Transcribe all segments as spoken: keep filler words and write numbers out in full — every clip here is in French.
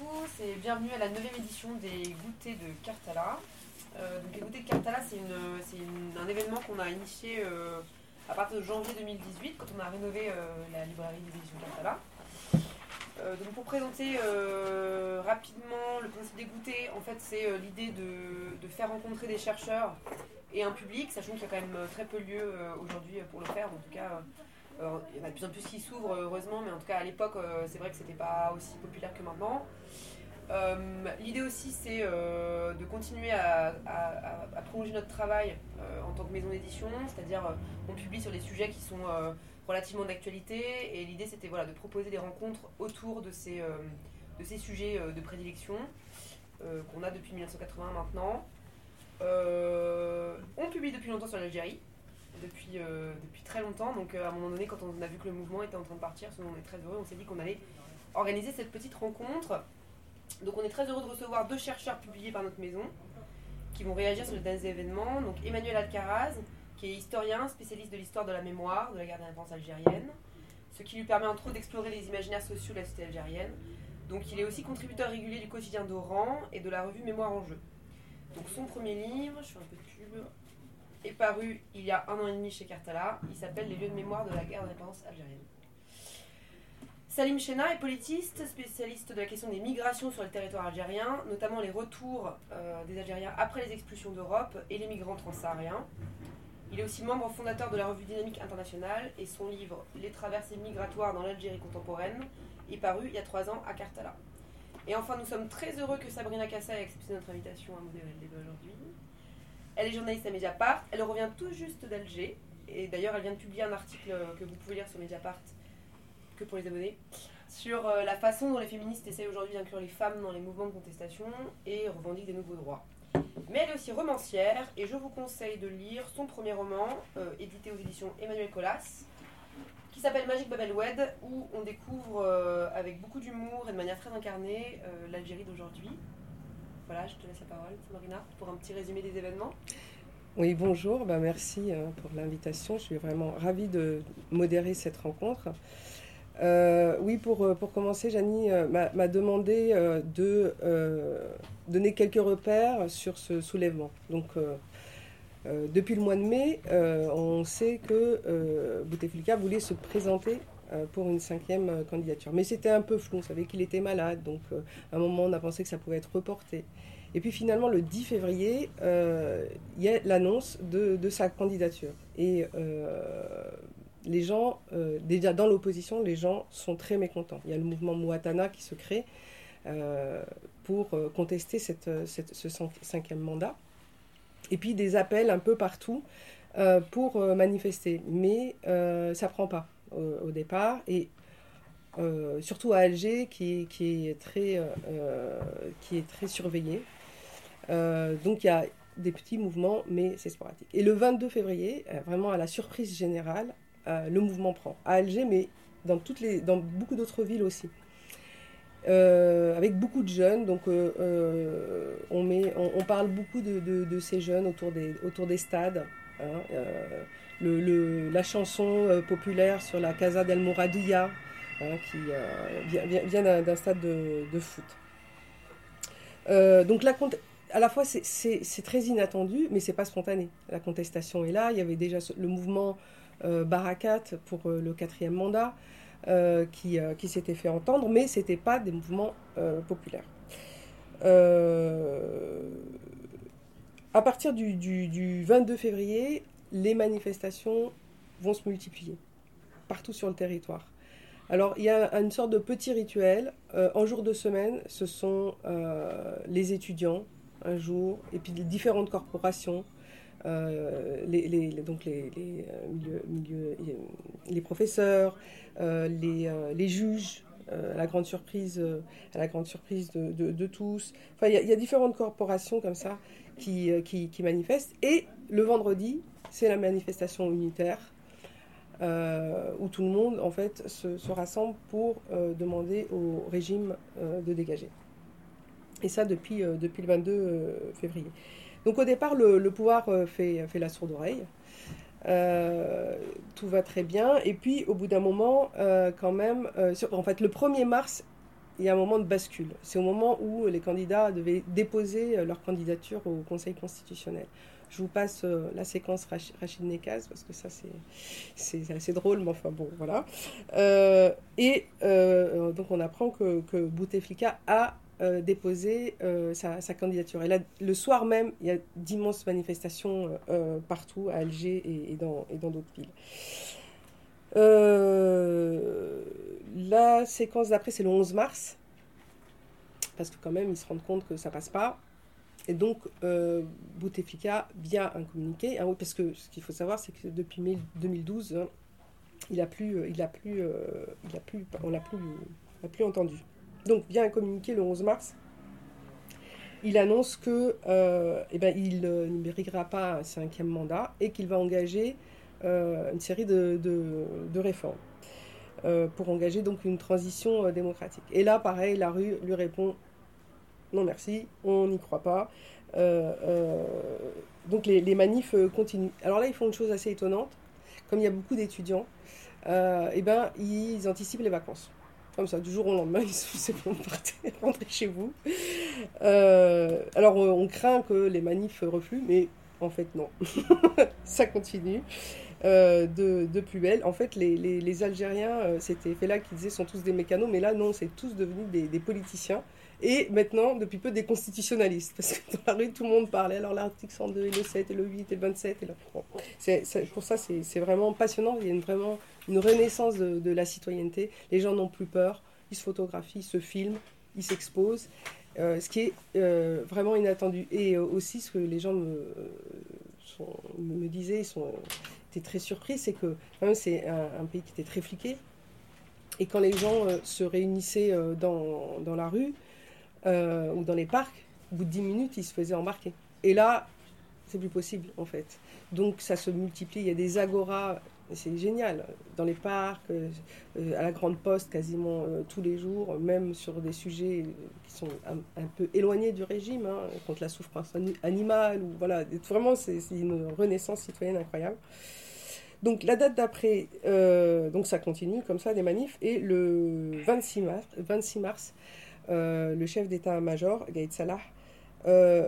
tous et bienvenue à la neuvième édition des goûters de Cartala. Euh, donc les goûters de Cartala, c'est, une, c'est une, un événement qu'on a initié euh, à partir de janvier deux mille dix-huit, quand on a rénové euh, la librairie des éditions Cartala. Euh, donc pour présenter euh, rapidement le principe des goûters, en fait c'est euh, l'idée de, de faire rencontrer des chercheurs et un public, sachant qu'il y a quand même très peu lieu euh, aujourd'hui pour le faire, en tout cas. Euh, il y en a de plus en plus qui s'ouvrent, heureusement, mais en tout cas à l'époque, euh, c'est vrai que c'était pas aussi populaire que maintenant. Euh, l'idée aussi, c'est euh, de continuer à, à, à prolonger notre travail euh, en tant que maison d'édition, c'est-à-dire euh, on publie sur des sujets qui sont euh, relativement d'actualité, et l'idée c'était voilà, de proposer des rencontres autour de ces, euh, de ces sujets euh, de prédilection euh, qu'on a depuis mille neuf cent quatre-vingts maintenant. Euh, on publie depuis longtemps sur l'Algérie. Depuis, euh, depuis très longtemps, donc euh, à un moment donné quand on a vu que le mouvement était en train de partir, ce dont on est très heureux, on s'est dit qu'on allait organiser cette petite rencontre. Donc on est très heureux de recevoir deux chercheurs publiés par notre maison qui vont réagir sur les derniers événements. Donc Emmanuel Alcaraz, qui est historien, spécialiste de l'histoire de la mémoire de la guerre d'indépendance algérienne, ce qui lui permet entre autres d'explorer les imaginaires sociaux de la société algérienne. Donc il est aussi contributeur régulier du quotidien d'Oran et de la revue Mémoire en jeu. Donc son premier livre, je fais un peu de pub, est paru il y a un an et demi chez Cartala. Il s'appelle Les lieux de mémoire de la guerre d'indépendance algérienne. Salim Chena est politiste, spécialiste de la question des migrations sur le territoire algérien, notamment les retours euh, des Algériens après les expulsions d'Europe et les migrants transsahariens. Il est aussi membre fondateur de la revue Dynamique Internationale et son livre Les traversées migratoires dans l'Algérie contemporaine est paru il y a trois ans à Cartala. Et enfin, nous sommes très heureux que Sabrina Kassa ait accepté notre invitation à modérer le débat aujourd'hui. Elle est journaliste à Mediapart, elle revient tout juste d'Alger, et d'ailleurs elle vient de publier un article que vous pouvez lire sur Mediapart, que pour les abonnés, sur la façon dont les féministes essayent aujourd'hui d'inclure les femmes dans les mouvements de contestation et revendiquent des nouveaux droits. Mais elle est aussi romancière, et je vous conseille de lire son premier roman, euh, édité aux éditions Emmanuel Colas, qui s'appelle Magic Bab el-Oued, où on découvre euh, avec beaucoup d'humour et de manière très incarnée euh, l'Algérie d'aujourd'hui. Voilà, je te laisse la parole, Sabrina, pour un petit résumé des événements. Oui, bonjour, ben merci pour l'invitation. Je suis vraiment ravie de modérer cette rencontre. Euh, oui, pour, pour commencer, Janie euh, m'a, m'a demandé euh, de euh, donner quelques repères sur ce soulèvement. Donc, euh, euh, depuis le mois de mai, euh, on sait que euh, Bouteflika voulait se présenter euh, pour une cinquième euh, candidature. Mais c'était un peu flou, on savait qu'il était malade, donc euh, à un moment on a pensé que ça pouvait être reporté. Et puis finalement, le dix février, euh, il y a l'annonce de, de sa candidature. Et euh, les gens, euh, déjà dans l'opposition, les gens sont très mécontents. Il y a le mouvement Mouatana qui se crée euh, pour contester cette, cette, ce cinquième mandat. Et puis des appels un peu partout euh, pour euh, manifester. Mais euh, ça ne prend pas au, au départ. Et euh, surtout à Alger, qui, qui, est, très, euh, qui est très surveillé. Euh, donc il y a des petits mouvements, mais c'est sporadique. Et le vingt-deux février, euh, vraiment à la surprise générale, euh, le mouvement prend. À Alger, mais dans, toutes les, dans beaucoup d'autres villes aussi. Euh, avec beaucoup de jeunes, donc euh, euh, on, met, on, on parle beaucoup de, de, de ces jeunes autour des, autour des stades. Hein, euh, le, le, la chanson euh, populaire sur la Casa del Mouradia, hein, qui euh, vient, vient, vient d'un, d'un stade de, de foot. Euh, donc la à la fois c'est, c'est, c'est très inattendu, mais c'est pas spontané. La contestation est là. Il y avait déjà le mouvement euh, Barakat pour euh, le quatrième mandat euh, qui, euh, qui s'était fait entendre, mais c'était pas des mouvements euh, populaires. Euh, à partir du, du, du vingt-deux février, les manifestations vont se multiplier partout sur le territoire. Alors, il y a une sorte de petit rituel. Euh, en jour de semaine, ce sont euh, les étudiants, un jour, et puis les différentes corporations, euh, les, les, donc les, les, milieux, milieux, les professeurs, euh, les, euh, les juges, euh, à la grande surprise, euh, à la grande surprise de, de, de tous. Enfin, il y, a, il y a différentes corporations comme ça qui, qui, qui manifestent. Et le vendredi, c'est la manifestation unitaire. Euh, où tout le monde en fait se, se rassemble pour euh, demander au régime euh, de dégager. Et ça depuis, euh, depuis le vingt-deux février. Donc au départ, le, le pouvoir euh, fait, fait la sourde oreille. Euh, tout va très bien. Et puis au bout d'un moment, euh, quand même, euh, sur, en fait, le premier mars il y a un moment de bascule. C'est au moment où les candidats devaient déposer leur candidature au Conseil constitutionnel. Je vous passe euh, la séquence Rach- Rachid Nekaz, parce que ça, c'est, c'est assez drôle, mais enfin bon, voilà. Euh, et euh, donc, on apprend que, que Bouteflika a euh, déposé euh, sa, sa candidature. Et là, le soir même, il y a d'immenses manifestations euh, partout, à Alger et, et dans, et dans d'autres villes. Euh, la séquence d'après, c'est le onze mars, parce que quand même, ils se rendent compte que ça passe pas. Et donc, euh, Bouteflika vient un communiqué, hein, parce que ce qu'il faut savoir, c'est que depuis deux mille douze, hein, il a plus, il a plus, euh, il a plus, on l'a plus, on l'a plus entendu. Donc, vient un communiqué le onze mars. Il annonce que, euh, eh ben, il euh, ne méritera pas un cinquième mandat et qu'il va engager euh, une série de, de, de réformes euh, pour engager donc une transition euh, démocratique. Et là, pareil, la rue lui répond non merci, on n'y croit pas. Euh, euh, donc les, les manifs continuent. Alors là, ils font une chose assez étonnante. Comme il y a beaucoup d'étudiants, euh, eh ben, ils anticipent les vacances. Comme ça, du jour au lendemain, ils se disent bon, partez, rentrez chez vous. Euh, alors on, on craint que les manifs refluent, mais en fait non. Ça continue euh, de, de plus belle. En fait, les, les, les Algériens, euh, c'était fait là qui disaient sont tous des mécanos, mais là non, c'est tous devenus des, des politiciens. Et maintenant, depuis peu, des constitutionnalistes. Parce que dans la rue, tout le monde parlait. Alors l'article cent deux, et le sept, et le huit, et le vingt-sept. Et le... bon. c'est, c'est, pour ça, c'est, c'est vraiment passionnant. Il y a une, vraiment une renaissance de, de la citoyenneté. Les gens n'ont plus peur. Ils se photographient, ils se filment, ils s'exposent. Euh, ce qui est euh, vraiment inattendu. Et euh, aussi, ce que les gens me, sont, me disaient, ils sont, étaient très surpris, c'est que quand même, c'est un, un pays qui était très fliqué. Et quand les gens euh, se réunissaient euh, dans, dans la rue, Euh, ou dans les parcs, au bout de dix minutes, ils se faisaient embarquer. Et là, c'est plus possible, en fait. Donc, ça se multiplie. Il y a des agoras, c'est génial, dans les parcs, euh, à la Grande Poste, quasiment euh, tous les jours, même sur des sujets qui sont un, un peu éloignés du régime, hein, contre la souffrance animale, ou voilà. Vraiment, c'est, c'est une renaissance citoyenne incroyable. Donc, la date d'après, euh, donc ça continue comme ça, des manifs, et le vingt-six mars, vingt-six mars Euh, le chef d'état-major, Gaïd Salah, euh,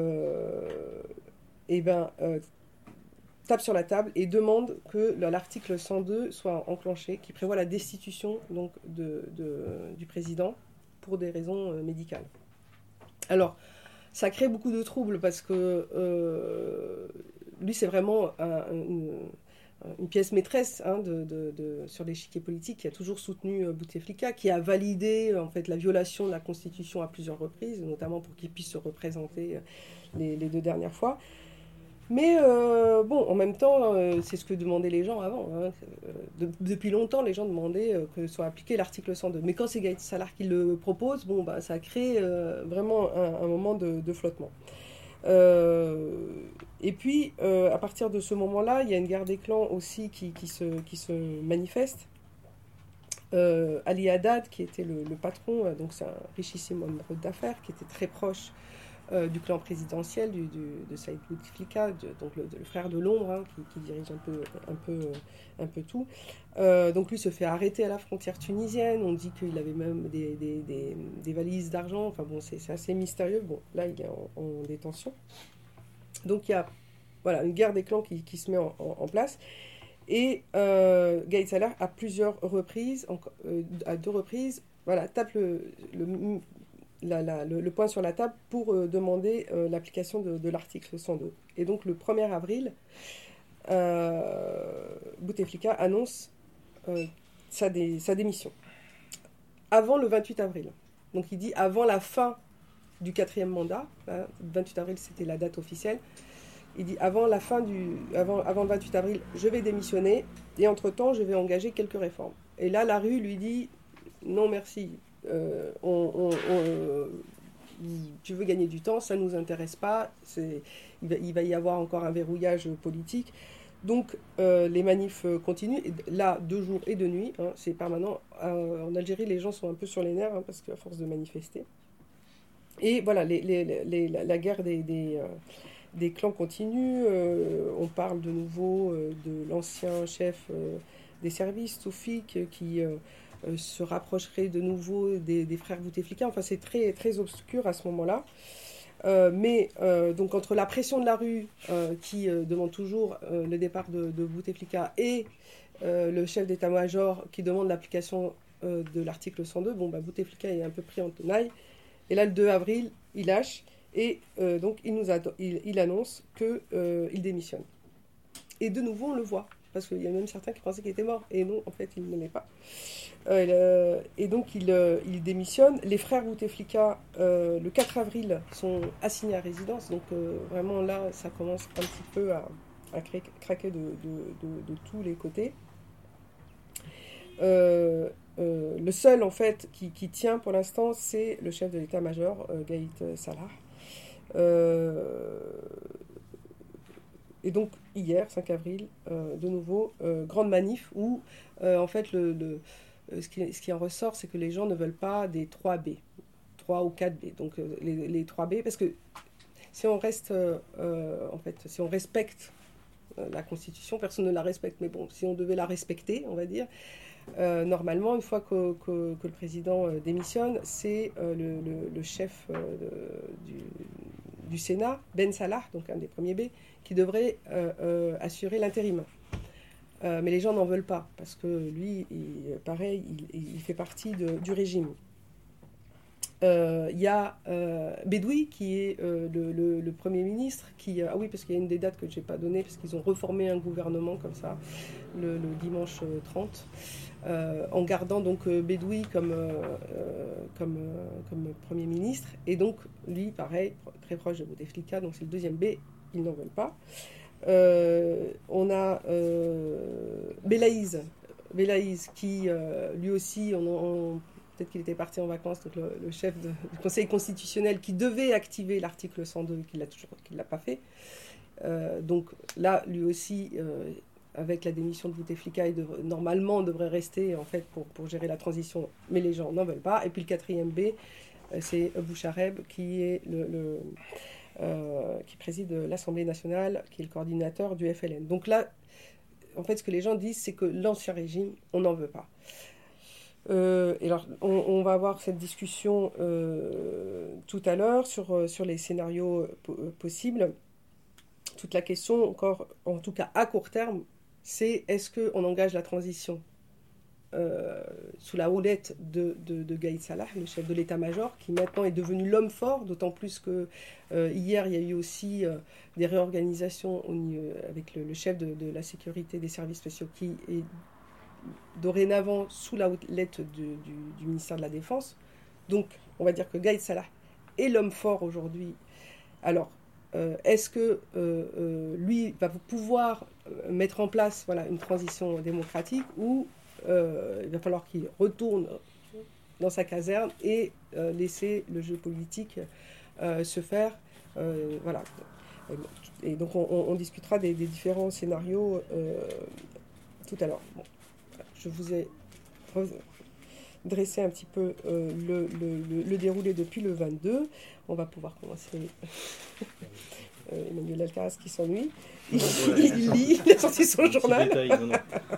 euh, eh ben, euh, tape sur la table et demande que l'article cent deux soit enclenché, qui prévoit la destitution donc, de, de, du président pour des raisons euh, médicales. Alors, ça crée beaucoup de troubles parce que euh, lui, c'est vraiment un, une, une pièce maîtresse hein, de, de, de, sur l'échiquier politique, qui a toujours soutenu euh, Bouteflika, qui a validé en fait, la violation de la Constitution à plusieurs reprises, notamment pour qu'il puisse se représenter les, les deux dernières fois. Mais euh, bon, en même temps, euh, c'est ce que demandaient les gens avant. Hein. De, depuis longtemps, les gens demandaient euh, que soit appliqué l'article cent deux. Mais quand c'est Gaïd Salah qui le propose, bon, bah, ça crée euh, vraiment un, un moment de, de flottement. Euh, et puis, euh, à partir de ce moment-là, il y a une guerre des clans aussi qui, qui, se, qui se manifeste. Euh, Ali Haddad, qui était le, le patron, euh, donc c'est un richissime homme d'affaires, qui était très proche euh, du clan présidentiel du, du, de Saïd Bouteflika, de, donc le, le frère de l'ombre, hein, qui, qui dirige un peu, un peu, un peu tout. Euh, donc lui se fait arrêter à la frontière tunisienne. On dit qu'il avait même des, des, des, des valises d'argent. Enfin bon, c'est, c'est assez mystérieux. Bon, là, il est en, en détention. Donc il y a voilà, une guerre des clans qui, qui se met en, en, en place. Et euh, Gaïd Salah, à plusieurs reprises, en, euh, à deux reprises, voilà, tape le, le, la, la, le, le point sur la table pour euh, demander euh, l'application de, de l'article cent deux. Et donc le premier avril, euh, Bouteflika annonce euh, sa, dé, sa démission. Avant le vingt-huit avril. Donc il dit avant la fin du quatrième mandat, hein, vingt-huit avril c'était la date officielle, il dit avant la fin du, avant, avant le vingt-huit avril, je vais démissionner et entre-temps je vais engager quelques réformes. Et là la rue lui dit non merci, euh, on, on, on, euh, tu veux gagner du temps, ça ne nous intéresse pas, c'est, il, va, il va y avoir encore un verrouillage politique. Donc euh, les manifs continuent, et là deux jours et deux nuits, hein, c'est permanent. Euh, en Algérie les gens sont un peu sur les nerfs hein, parce qu'à force de manifester. Et voilà, les, les, les, la, la guerre des, des, euh, des clans continue. Euh, on parle de nouveau euh, de l'ancien chef euh, des services, Toufik, qui, euh, euh, se rapprocherait de nouveau des, des frères Bouteflika. Enfin, c'est très, très obscur à ce moment-là. Euh, mais euh, donc entre la pression de la rue euh, qui euh, demande toujours euh, le départ de, de Bouteflika et euh, le chef d'état-major qui demande l'application euh, de l'article cent deux, bon, bah, Bouteflika est un peu pris en tenaille. Et là, le deux avril, il lâche et euh, donc il, nous atte- il, il annonce qu'il euh, démissionne. Et de nouveau, on le voit, parce qu'il y a même certains qui pensaient qu'il était mort. Et non, en fait, il ne l'est pas. Euh, et donc, il, euh, il démissionne. Les frères Bouteflika, euh, le quatre avril, sont assignés à résidence. Donc, euh, vraiment, là, ça commence un petit peu à, à cra- craquer de, de, de, de tous les côtés. Euh, euh, le seul, en fait, qui, qui tient pour l'instant, c'est le chef de l'état-major, euh, Gaït Salah. Euh, et donc, hier, cinq avril, euh, de nouveau, euh, grande manif où, euh, en fait, le, le, ce, qui, ce qui en ressort, c'est que les gens ne veulent pas des trois B, trois ou quatre B. Donc, euh, les, les trois B, parce que si on reste, euh, en fait, si on respecte la Constitution, personne ne la respecte, mais bon, si on devait la respecter, on va dire, Euh, normalement, une fois que, que, que le président euh, démissionne, c'est euh, le, le, le chef euh, du, du Sénat, Ben Salah, donc un des premiers B, qui devrait euh, euh, assurer l'intérim. Euh, mais les gens n'en veulent pas, parce que lui, il, pareil, il, il fait partie de, du régime. Il euh, y a euh, Bedoui, qui est euh, le, le, le Premier ministre, qui... Euh, ah oui, parce qu'il y a une des dates que je n'ai pas données, parce qu'ils ont reformé un gouvernement comme ça, le, le dimanche trente. Euh, en gardant donc euh, Bedoui comme, euh, comme, euh, comme Premier ministre. Et donc, lui, pareil, très proche de Bouteflika, donc c'est le deuxième B, ils n'en veulent pas. Euh, on a euh, Belaïz, Belaïz, qui, euh, lui aussi, on, on, peut-être qu'il était parti en vacances, donc le, le chef de, du Conseil constitutionnel, qui devait activer l'article cent deux, qui ne l'a pas fait. Euh, donc là, lui aussi... Euh, avec la démission de Bouteflika, il devrait, normalement, on devrait rester en fait pour, pour gérer la transition, mais les gens n'en veulent pas. Et puis le quatrième B, c'est Bouchareb, qui est le, le euh, qui préside l'Assemblée nationale, qui est le coordinateur du F L N. Donc là, en fait, ce que les gens disent, c'est que l'ancien régime, on n'en veut pas. Euh, et alors, on, on va avoir cette discussion euh, tout à l'heure sur, sur les scénarios po- possibles. Toute la question, encore, en tout cas à court terme, c'est est-ce qu'on engage la transition euh, sous la houlette de, de, de Gaït Salah, le chef de l'état-major, qui maintenant est devenu l'homme fort, d'autant plus que euh, hier, il y a eu aussi euh, des réorganisations au niveau, avec le, le chef de, de la sécurité des services spéciaux, qui est dorénavant sous la houlette du, du, du ministère de la Défense. Donc, on va dire que Gaït Salah est l'homme fort aujourd'hui. Alors, Euh, est-ce que euh, euh, lui va pouvoir mettre en place voilà, une transition démocratique ou euh, il va falloir qu'il retourne dans sa caserne et euh, laisser le jeu politique euh, se faire euh, voilà. Et donc on, on discutera des, des différents scénarios euh, tout à l'heure. Bon, je vous ai dressé un petit peu euh, le, le, le, le déroulé depuis le vingt-deux. On va pouvoir commencer. Euh, Emmanuel Alcaraz qui s'ennuie. Il, ouais, il lit, il a sorti son journal. Détail, non, non.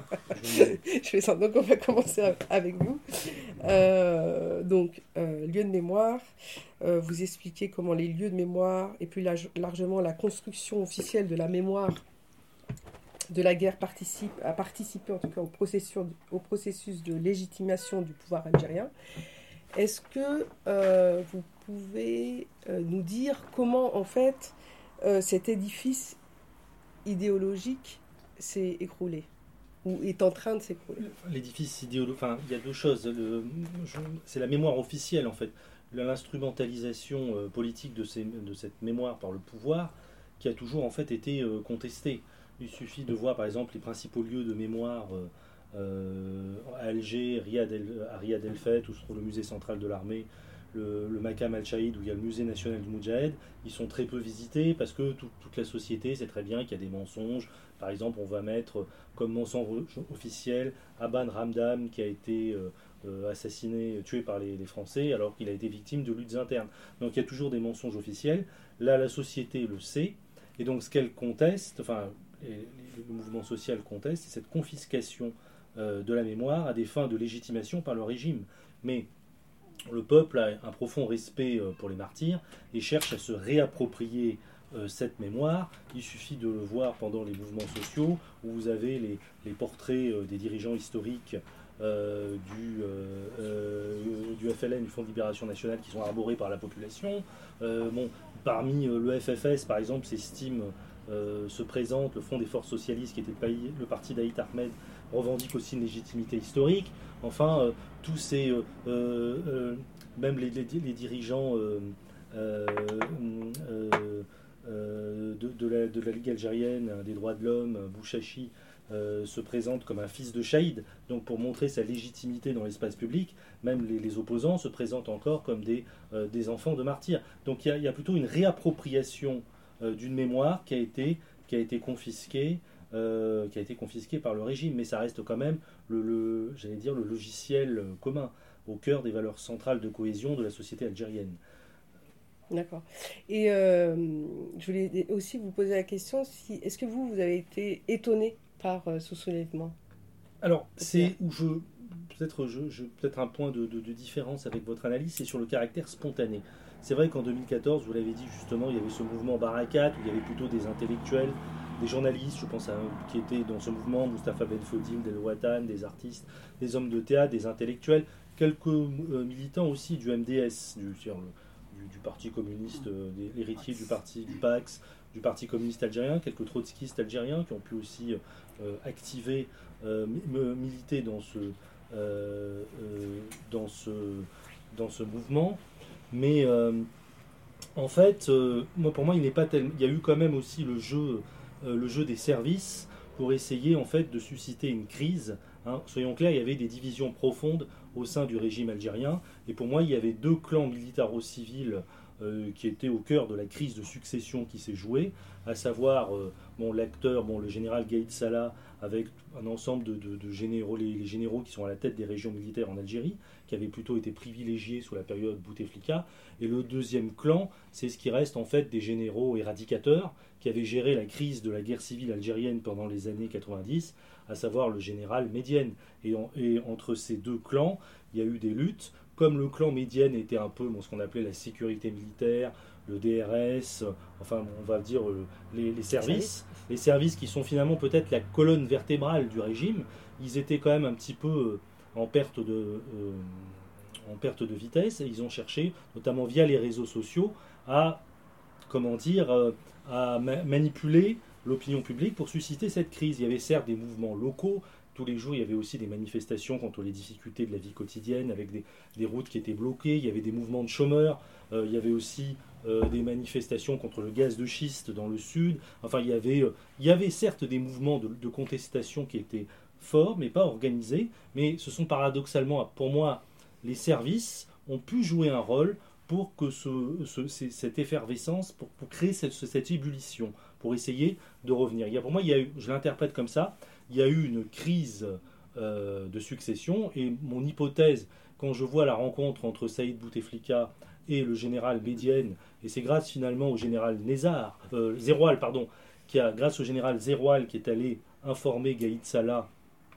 Je fais ça. Donc on va commencer avec vous. Euh, donc, euh, lieu de mémoire. Euh, vous expliquez comment les lieux de mémoire et puis largement la construction officielle de la mémoire de la guerre participe, a participé en tout cas au processus, au processus de légitimation du pouvoir algérien. Est-ce que euh, vous pouvez euh, nous dire comment en fait Euh, cet édifice idéologique s'est écroulé ou est en train de s'écrouler? L'édifice idéologique, enfin, il y a deux choses. Le, c'est la mémoire officielle en fait, l'instrumentalisation euh, politique de, ces, de cette mémoire par le pouvoir qui a toujours en fait été euh, contestée. Il suffit de voir par exemple les principaux lieux de mémoire euh, euh, à Alger, Riyad el, à Riyad El Feth, où se trouve le musée central de l'armée. Le, le Makam al-Shahid, où il y a le musée national du Moudjahed, ils sont très peu visités parce que tout, toute la société sait très bien qu'il y a des mensonges. Par exemple, on va mettre comme mensonge officiel Aban Ramdam qui a été euh, assassiné, tué par les, les Français alors qu'il a été victime de luttes internes. Donc il y a toujours des mensonges officiels. Là, la société le sait. Et donc ce qu'elle conteste, enfin, les, les, le mouvement social conteste, c'est cette confiscation euh, de la mémoire à des fins de légitimation par le régime. Mais le peuple a un profond respect euh, pour les martyrs et cherche à se réapproprier euh, cette mémoire. Il suffit de le voir pendant les mouvements sociaux, où vous avez les, les portraits euh, des dirigeants historiques euh, du, euh, euh, du F L N, du Front de Libération Nationale, qui sont arborés par la population. Euh, bon, parmi euh, le F F S, par exemple, s'estime, euh, se présente le Front des Forces Socialistes, qui était le, pays, le parti d'Aït Ahmed, revendique aussi une légitimité historique. Enfin, euh, tous ces... Euh, euh, même les, les, les dirigeants euh, euh, euh, euh, de, de, la, de la Ligue algérienne des droits de l'homme, Bouchachi, euh, se présentent comme un fils de Chaïd. Donc pour montrer sa légitimité dans l'espace public, même les, les opposants se présentent encore comme des, euh, des enfants de martyrs. Donc il y, y a plutôt une réappropriation euh, d'une mémoire qui a été, qui a été confisquée. Euh, qui a été confisqué par le régime, mais ça reste quand même le, le, j'allais dire, le logiciel commun au cœur des valeurs centrales de cohésion de la société algérienne. D'accord. Et euh, je voulais aussi vous poser la question, si, est-ce que vous, vous avez été étonné par euh, ce soulèvement? Alors, c'est où je... Peut-être, je, je, peut-être un point de, de, de différence avec votre analyse, c'est sur le caractère spontané. C'est vrai qu'en deux mille quatorze, vous l'avez dit justement, il y avait ce mouvement Barakat, où il y avait plutôt des intellectuels, des journalistes, je pense, à, qui étaient dans ce mouvement, Moustapha Ben Fodil, Del Watan, des artistes, des hommes de théâtre, des intellectuels, quelques euh, militants aussi du M D S, du, du, du Parti communiste, euh, l'héritier du parti du P A X, du Parti communiste algérien, quelques trotskistes algériens qui ont pu aussi euh, activer, euh, militer dans ce, euh, euh, dans ce, dans ce mouvement. Mais euh, en fait, euh, moi, pour moi, il n'est pas tel... il y a eu quand même aussi le jeu... Euh, le jeu des services pour essayer en fait de susciter une crise. Hein. Soyons clairs, il y avait des divisions profondes au sein du régime algérien, et pour moi il y avait deux clans militaro-civils euh, qui étaient au cœur de la crise de succession qui s'est jouée, à savoir euh, bon, l'acteur, bon, le général Gaïd Salah, avec un ensemble de, de, de généraux, les, les généraux qui sont à la tête des régions militaires en Algérie, qui avaient plutôt été privilégiés sous la période Bouteflika, et le deuxième clan, c'est ce qui reste en fait des généraux éradicateurs, qui avait géré la crise de la guerre civile algérienne pendant les années quatre-vingt-dix, à savoir le général Médienne. Et, en, et entre ces deux clans, il y a eu des luttes. Comme le clan Médienne était un peu bon, ce qu'on appelait la sécurité militaire, le D R S, enfin on va dire euh, les, les services, les services qui sont finalement peut-être la colonne vertébrale du régime, ils étaient quand même un petit peu euh, en perte de... Euh, en perte de vitesse, et ils ont cherché, notamment via les réseaux sociaux, à, comment dire, euh, à ma- manipuler l'opinion publique pour susciter cette crise. Il y avait certes des mouvements locaux, tous les jours il y avait aussi des manifestations contre les difficultés de la vie quotidienne, avec des, des routes qui étaient bloquées, il y avait des mouvements de chômeurs, euh, il y avait aussi euh, des manifestations contre le gaz de schiste dans le sud, enfin il y avait, euh, il y avait certes des mouvements de, de contestation qui étaient forts, mais pas organisés, mais ce sont paradoxalement, pour moi, les services ont pu jouer un rôle pour que ce, ce, cette effervescence, pour, pour créer cette, cette ébullition, pour essayer de revenir. Il y a, pour moi, il y a eu, je l'interprète comme ça, il y a eu une crise euh, de succession, et mon hypothèse, quand je vois la rencontre entre Saïd Bouteflika et le général Médienne, et c'est grâce finalement au général Nézar, euh, Zeroual, pardon, qui a, grâce au général Zeroual qui est allé informer Gaïd Salah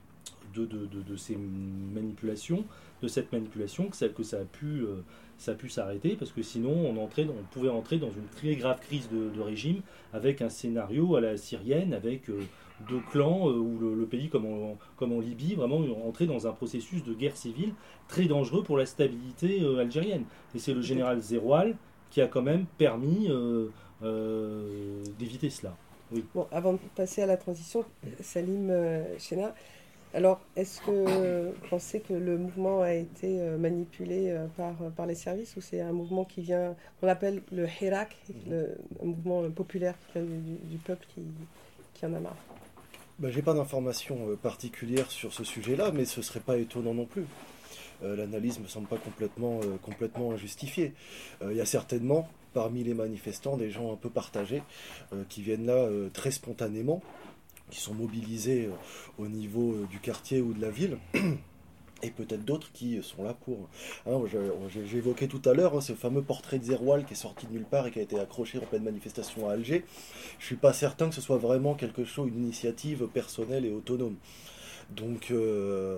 de, de, de, de ces manipulations, de cette manipulation, que ça, que ça a pu, euh, ça a pu s'arrêter, parce que sinon on, entrait, on pouvait entrer dans une très grave crise de, de régime, avec un scénario à la syrienne, avec euh, deux clans, euh, où le, le pays, comme en, comme en Libye, vraiment entrait dans un processus de guerre civile très dangereux pour la stabilité euh, algérienne. Et c'est le général Zeroual qui a quand même permis euh, euh, d'éviter cela. Oui. Bon, avant de passer à la transition, Salim euh, Chena, alors, est-ce que vous pensez que le mouvement a été manipulé par, par les services, ou c'est un mouvement qui vient, qu'on appelle le Hirak, le un mouvement populaire qui vient du, du peuple qui, qui en a marre? Ben, j'ai pas d'informations particulières sur ce sujet-là, mais ce serait pas étonnant non plus. Euh, l'analyse me semble pas complètement, euh, complètement injustifiée. Euh, il y a certainement, parmi les manifestants, des gens un peu partagés, euh, qui viennent là euh, très spontanément, qui sont mobilisés au niveau du quartier ou de la ville, et peut-être d'autres qui sont là pour... Hein, j'ai, j'ai évoqué tout à l'heure hein, ce fameux portrait de Zeroual qui est sorti de nulle part et qui a été accroché en pleine manifestation à Alger. Je ne suis pas certain que ce soit vraiment quelque chose, une initiative personnelle et autonome. Donc euh,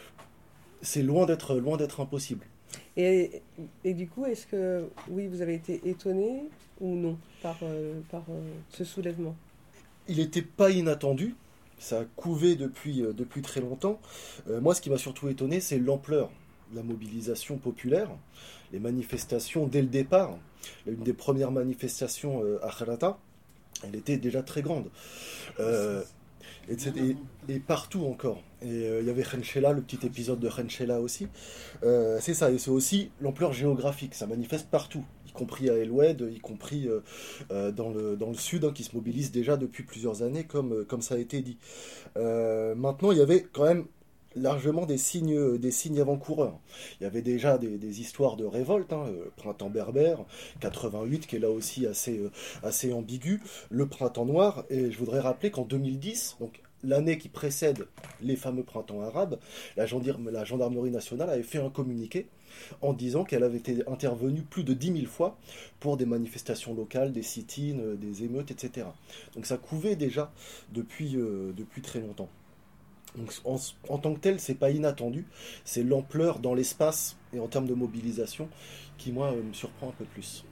c'est loin d'être loin d'être impossible. Et, et du coup, est-ce que, oui, vous avez été étonné ou non par, euh, par euh, ce soulèvement? Il n'était pas inattendu, ça a couvé depuis, euh, depuis très longtemps. Euh, moi, ce qui m'a surtout étonné, c'est l'ampleur de la mobilisation populaire, les manifestations dès le départ. Une des premières manifestations euh, à Kharata, elle était déjà très grande. Euh, et, et, et partout encore. Et euh, il y avait Khenchela, le petit épisode de Khenchela aussi. Euh, c'est ça, et c'est aussi l'ampleur géographique. Ça manifeste partout, y compris à El Oued, y compris euh, euh, dans, le, dans le sud, hein, qui se mobilise déjà depuis plusieurs années, comme, comme ça a été dit. Euh, maintenant, il y avait quand même largement des signes, des signes avant-coureurs. Il y avait déjà des, des histoires de révolte, hein, le printemps berbère, quatre-vingt-huit, qui est là aussi assez, assez ambigu, le printemps noir, et je voudrais rappeler qu'en deux mille dix, donc l'année qui précède les fameux printemps arabes, la, gendarme, la gendarmerie nationale avait fait un communiqué en disant qu'elle avait été intervenue plus de dix mille fois pour des manifestations locales, des sit-ins, des émeutes, et cetera. Donc ça couvait déjà depuis, euh, depuis très longtemps. Donc, en, en tant que tel, c'est pas inattendu, c'est l'ampleur dans l'espace et en termes de mobilisation qui, moi, me surprend un peu plus.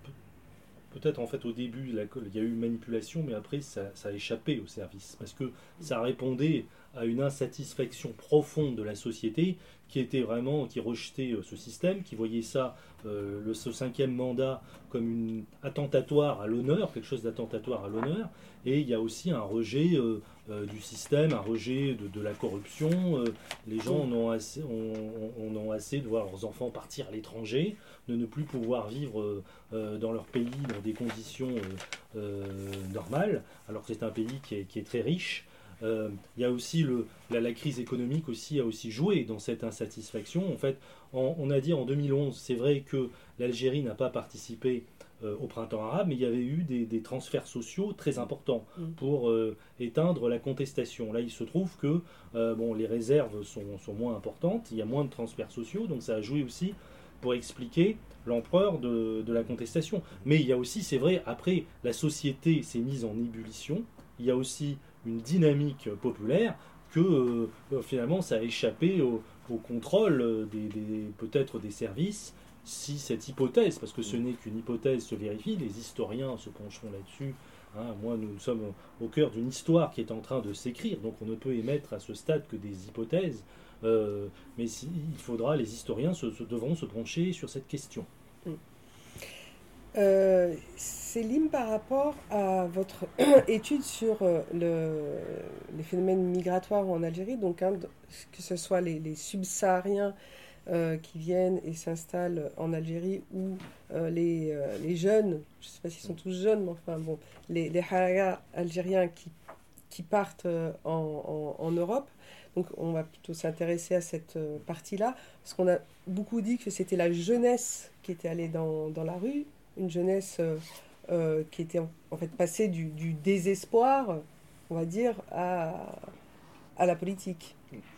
Peut-être en fait au début, là, il y a eu une manipulation, mais après ça, ça a échappé au service, parce que ça répondait à une insatisfaction profonde de la société qui était vraiment, qui rejetait ce système, qui voyait ça, euh, le, ce cinquième mandat, comme une attentatoire à l'honneur, quelque chose d'attentatoire à l'honneur, et il y a aussi un rejet euh, euh, du système, un rejet de, de la corruption. Euh, les gens en ont, assez, on, on, on ont assez de voir leurs enfants partir à l'étranger, de ne plus pouvoir vivre euh, dans leur pays dans des conditions euh, euh, normales, alors que c'est un pays qui est, qui est très riche. Euh, il y a aussi le, la, la crise économique aussi a aussi joué dans cette insatisfaction. En fait, en, on a dit en deux mille onze, c'est vrai que l'Algérie n'a pas participé euh, au printemps arabe, mais il y avait eu des, des transferts sociaux très importants pour euh, éteindre la contestation. Là, il se trouve que euh, bon, les réserves sont, sont moins importantes, il y a moins de transferts sociaux, donc ça a joué aussi pour expliquer l'ampleur de, de la contestation. Mais il y a aussi, c'est vrai, après, la société s'est mise en ébullition, il y a aussi une dynamique populaire que euh, finalement ça a échappé au, au contrôle des, des, peut-être des services, si cette hypothèse, parce que ce n'est qu'une hypothèse, se vérifie, les historiens se pencheront là-dessus. Hein, moi, nous sommes au cœur d'une histoire qui est en train de s'écrire, donc on ne peut émettre à ce stade que des hypothèses, euh, mais si, il faudra, les historiens se, se, devront se pencher sur cette question. Euh, Célim, par rapport à votre étude sur euh, le, les phénomènes migratoires en Algérie, donc hein, que ce soit les, les subsahariens euh, qui viennent et s'installent en Algérie ou euh, les, euh, les jeunes, je ne sais pas s'ils sont tous jeunes, mais enfin bon, les, les haragas algériens qui, qui partent euh, en, en, en Europe. Donc on va plutôt s'intéresser à cette euh, partie-là, parce qu'on a beaucoup dit que c'était la jeunesse qui était allée dans, dans la rue, une jeunesse euh, euh, qui était en, en fait passée du, du désespoir, on va dire, à, à la politique.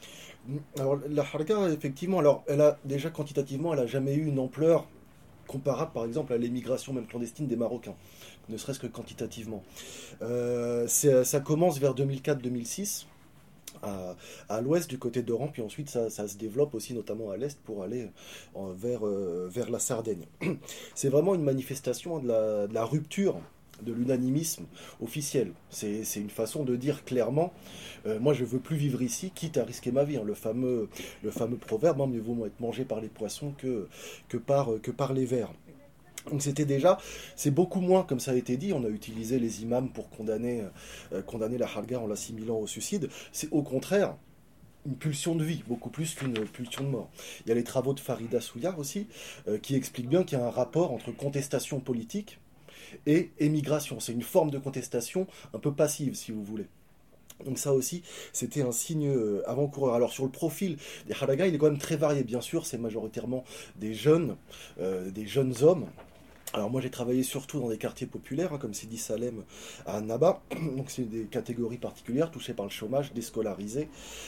Alors la Haraka, effectivement, alors elle a déjà quantitativement, elle n'a jamais eu une ampleur comparable, par exemple, à l'émigration même clandestine des Marocains, ne serait-ce que quantitativement. Euh, ça commence vers deux mille quatre deux mille six. À, à l'ouest du côté d'Oran, puis ensuite ça, ça se développe aussi notamment à l'est pour aller en, vers, euh, vers la Sardaigne. C'est vraiment une manifestation de la, de la rupture de l'unanimisme officiel. C'est, c'est une façon de dire clairement euh, moi je veux plus vivre ici, quitte à risquer ma vie. Hein. Le fameux, le fameux proverbe, hein, mieux vaut être mangé par les poissons que, que, par, que par les vers. Donc c'était déjà, c'est beaucoup moins, comme ça a été dit, on a utilisé les imams pour condamner, euh, condamner la harga en l'assimilant au suicide. C'est au contraire une pulsion de vie, beaucoup plus qu'une pulsion de mort. Il y a les travaux de Farida Souillard aussi, euh, qui expliquent bien qu'il y a un rapport entre contestation politique et émigration. C'est une forme de contestation un peu passive, si vous voulez. Donc ça aussi, c'était un signe avant-coureur. Alors sur le profil des haragas, il est quand même très varié. Bien sûr, c'est majoritairement des jeunes, euh, des jeunes hommes. Alors moi j'ai travaillé surtout dans des quartiers populaires, hein, comme Sidi Salem à Annaba, donc c'est des catégories particulières touchées par le chômage, déscolarisées,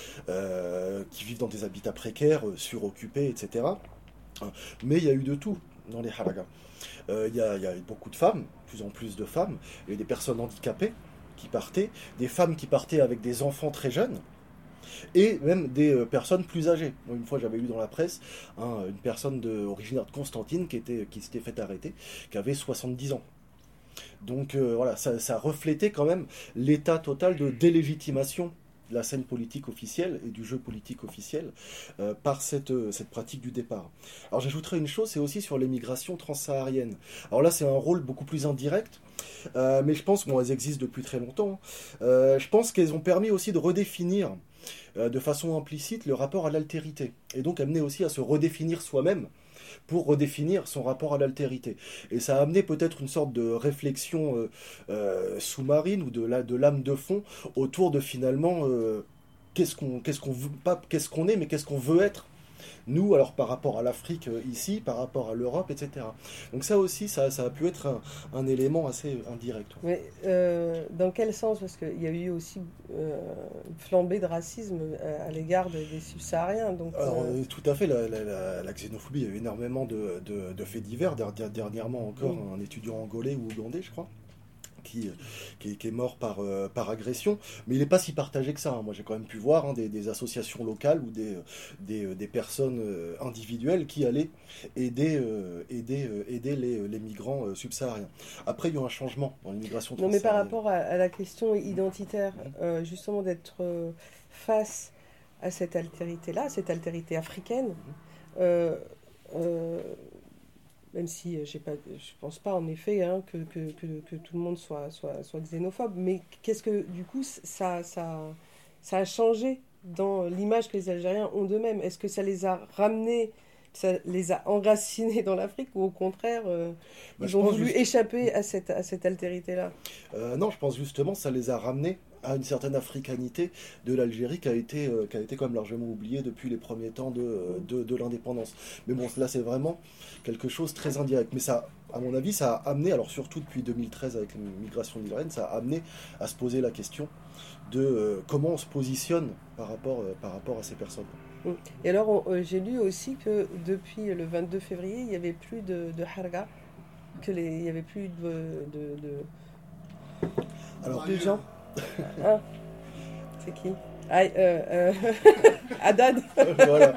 euh, qui vivent dans des habitats précaires, euh, suroccupés, et cetera. Mais il y a eu de tout dans les haragas. Euh, il y a, il y a eu beaucoup de femmes, de plus en plus de femmes, il y a eu des personnes handicapées qui partaient, des femmes qui partaient avec des enfants très jeunes, et même des euh, personnes plus âgées. Moi, une fois, j'avais lu dans la presse hein, une personne de, originaire de Constantine qui, était, qui s'était fait arrêter, qui avait soixante-dix ans. Donc euh, voilà, ça, ça reflétait quand même l'état total de délégitimation de la scène politique officielle et du jeu politique officiel euh, par cette, euh, cette pratique du départ. Alors j'ajouterais une chose, c'est aussi sur l'émigration transsaharienne. Alors là, c'est un rôle beaucoup plus indirect, euh, mais je pense, bon, elles existent depuis très longtemps, euh, je pense qu'elles ont permis aussi de redéfinir euh, de façon implicite le rapport à l'altérité, et donc amener aussi à se redéfinir soi-même pour redéfinir son rapport à l'altérité. Et ça a amené peut-être une sorte de réflexion euh, euh, sous-marine ou de, la, de l'âme de fond autour de finalement euh, qu'est-ce qu'on, qu'est-ce qu'on veut, pas qu'est-ce qu'on est, mais qu'est-ce qu'on veut être. Nous, alors par rapport à l'Afrique euh, ici, par rapport à l'Europe, et cetera. Donc ça aussi, ça, ça a pu être un, un élément assez indirect. Mais euh, dans quel sens? Parce qu'il y a eu aussi euh, une flambée de racisme à, à l'égard des, des subsahariens. Donc, alors, euh... euh, tout à fait, la, la, la, la xénophobie, il y a eu énormément de, de, de faits divers. Dernièrement encore, oui. Un étudiant angolais ou ougandais, je crois, Qui, qui, qui est mort par, euh, par agression, mais il n'est pas si partagé que ça. Hein. Moi, j'ai quand même pu voir hein, des, des associations locales ou des, des, des personnes euh, individuelles qui allaient aider, euh, aider, euh, aider les, les migrants euh, subsahariens. Après, il y a eu un changement dans l'immigration transsaharienne. Non, mais par rapport à, à la question identitaire, euh, justement d'être euh, face à cette altérité-là, cette altérité africaine, euh, euh, même si j'ai pas, je ne pense pas en effet hein, que, que, que, que tout le monde soit, soit, soit xénophobe, mais qu'est-ce que du coup ça, ça, ça a changé dans l'image que les Algériens ont d'eux-mêmes? Est-ce que ça les a ramenés, ça les a enracinés dans l'Afrique, ou au contraire euh, bah, ils ont voulu juste... échapper à cette, à cette altérité-là? euh, Non, je pense justement ça les a ramenés à une certaine africanité de l'Algérie qui a été, euh, qui a été quand même largement oubliée depuis les premiers temps de, euh, de, de l'indépendance. Mais bon, là c'est vraiment quelque chose de très indirect. Mais ça, à mon avis, ça a amené, alors surtout depuis deux mille treize avec l'immigration nigérienne, ça a amené à se poser la question de euh, comment on se positionne par rapport, euh, par rapport à ces personnes. Et alors on, euh, j'ai lu aussi que depuis le vingt-deux février, il n'y avait plus de, de harga, que les, il n'y avait plus de, de, de, alors, de gens. Ah, c'est qui? Ah, euh, euh... Haddad. Voilà.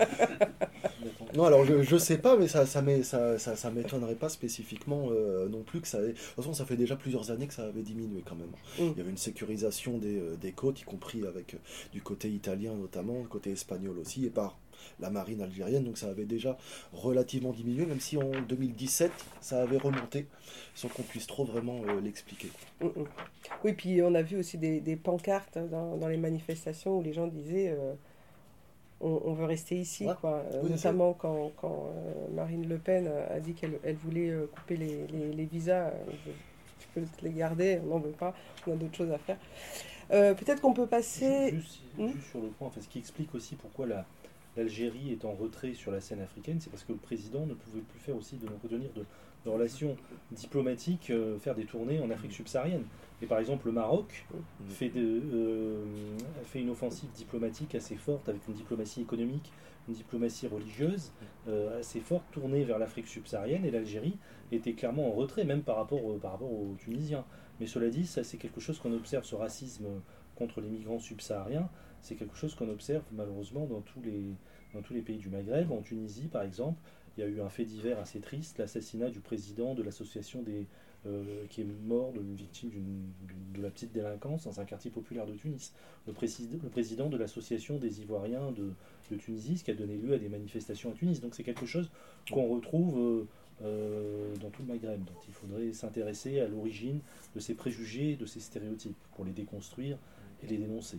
Non, alors je, je sais pas, mais ça, ça, ça, ça, ça m'étonnerait pas spécifiquement euh, non plus que ça ait... De toute façon, ça fait déjà plusieurs années que ça avait diminué quand même. Mm. Il y avait une sécurisation des, des côtes, y compris avec du côté italien notamment, du côté espagnol aussi, et par la marine algérienne, donc ça avait déjà relativement diminué, même si en deux mille dix-sept, ça avait remonté, sans qu'on puisse trop vraiment euh, l'expliquer. Mm, mm. Oui, puis on a vu aussi des, des pancartes dans, dans les manifestations où les gens disaient euh, on, on veut rester ici, ouais. quoi. Oui, notamment quand, quand euh, Marine Le Pen a dit qu'elle elle voulait euh, couper les, les, les visas. Euh, tu peux les garder, on n'en veut pas, on a d'autres choses à faire. Euh, peut-être qu'on peut passer... Juste, hmm juste sur le point, enfin, ce qui explique aussi pourquoi la... l'Algérie est en retrait sur la scène africaine, c'est parce que le président ne pouvait plus faire aussi de entretenir de, de relations diplomatiques, euh, faire des tournées en Afrique subsaharienne. Et par exemple, le Maroc fait, de, euh, fait une offensive diplomatique assez forte, avec une diplomatie économique, une diplomatie religieuse euh, assez forte, tournée vers l'Afrique subsaharienne, et l'Algérie était clairement en retrait, même par rapport, euh, par rapport aux Tunisiens. Mais cela dit, ça c'est quelque chose qu'on observe, ce racisme contre les migrants subsahariens, c'est quelque chose qu'on observe malheureusement dans tous, les, dans tous les pays du Maghreb. En Tunisie, par exemple, il y a eu un fait divers assez triste, l'assassinat du président de l'association des, euh, qui est mort d'une victime d'une, de la petite délinquance dans un quartier populaire de Tunis. Le, président, le président de l'association des Ivoiriens de, de Tunisie, ce qui a donné lieu à des manifestations à Tunis. Donc c'est quelque chose qu'on retrouve euh, euh, dans tout le Maghreb. Donc il faudrait s'intéresser à l'origine de ces préjugés, de ces stéréotypes, pour les déconstruire et les dénoncer.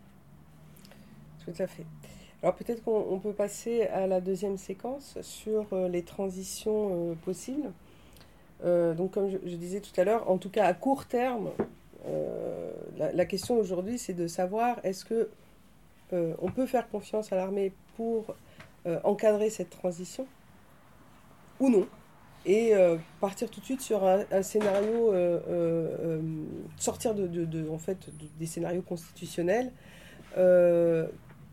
Tout à fait. Alors peut-être qu'on on peut passer à la deuxième séquence sur euh, les transitions euh, possibles. Euh, donc comme je, je disais tout à l'heure, en tout cas à court terme, euh, la, la question aujourd'hui c'est de savoir est-ce que euh, on peut faire confiance à l'armée pour euh, encadrer cette transition ou non, et euh, partir tout de suite sur un, un scénario, euh, euh, sortir de, de, de, en fait, de, des scénarios constitutionnels. Euh,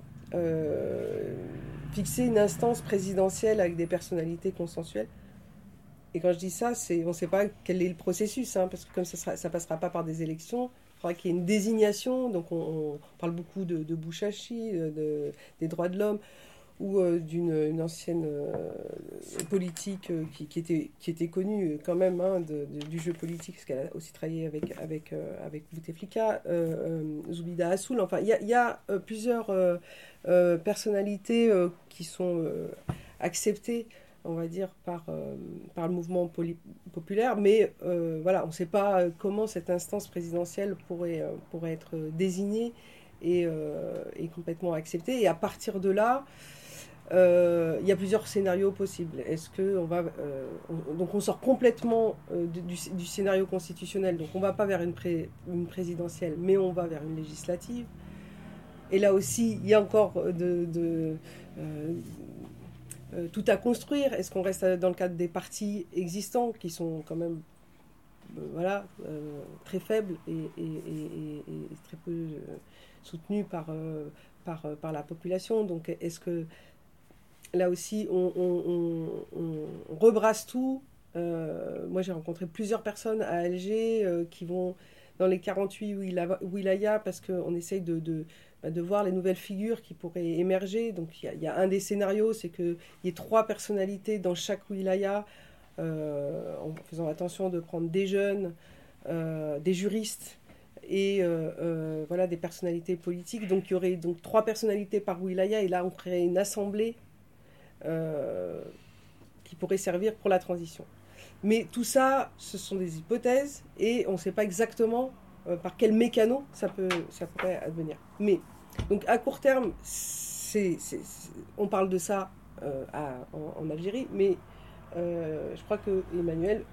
Euh, fixer une instance présidentielle avec des personnalités consensuelles. Et quand je dis ça, c'est, on ne sait pas quel est le processus, hein, parce que comme ça ne passera pas par des élections, faudra qu'il y ait une désignation. Donc on, on parle beaucoup de, de Bouchachi, de, de, des droits de l'homme, ou euh, d'une une ancienne euh, politique euh, qui, qui, était, qui était connue quand même hein, de, de, du jeu politique, parce qu'elle a aussi travaillé avec, avec, euh, avec Bouteflika, euh, euh, Zoubida Assoul. Enfin, il y a, y a euh, plusieurs euh, euh, personnalités euh, qui sont euh, acceptées, on va dire, par, euh, par le mouvement poli- populaire, mais euh, voilà, on ne sait pas comment cette instance présidentielle pourrait, euh, pourrait être désignée et, euh, et complètement acceptée. Et à partir de là, Euh, il y a plusieurs scénarios possibles. Est-ce que on va, euh, on, donc on sort complètement euh, du, du scénario constitutionnel, donc on ne va pas vers une, pré, une présidentielle, mais on va vers une législative. Et là aussi, il y a encore de, de, euh, euh, tout à construire. Est-ce qu'on reste dans le cadre des partis existants qui sont quand même euh, voilà, euh, très faibles et, et, et, et très peu euh, soutenus par, euh, par, par la population? Donc est-ce que là aussi, on, on, on, on rebrasse tout. Euh, moi, j'ai rencontré plusieurs personnes à Alger euh, qui vont dans les quarante-huit wilayas parce qu'on essaye de, de, de voir les nouvelles figures qui pourraient émerger. Donc, il y, y a un des scénarios, c'est qu'il y ait trois personnalités dans chaque wilaya, euh, en faisant attention de prendre des jeunes, euh, des juristes et euh, euh, voilà, des personnalités politiques. Donc, il y aurait donc trois personnalités par wilaya et là, on créerait une assemblée Euh, qui pourrait servir pour la transition. Mais tout ça, ce sont des hypothèses et on ne sait pas exactement euh, par quel mécano ça, peut, ça pourrait advenir. Mais, donc à court terme, c'est, c'est, c'est, on parle de ça euh, à, en, en Algérie, mais euh, je crois que Emmanuel,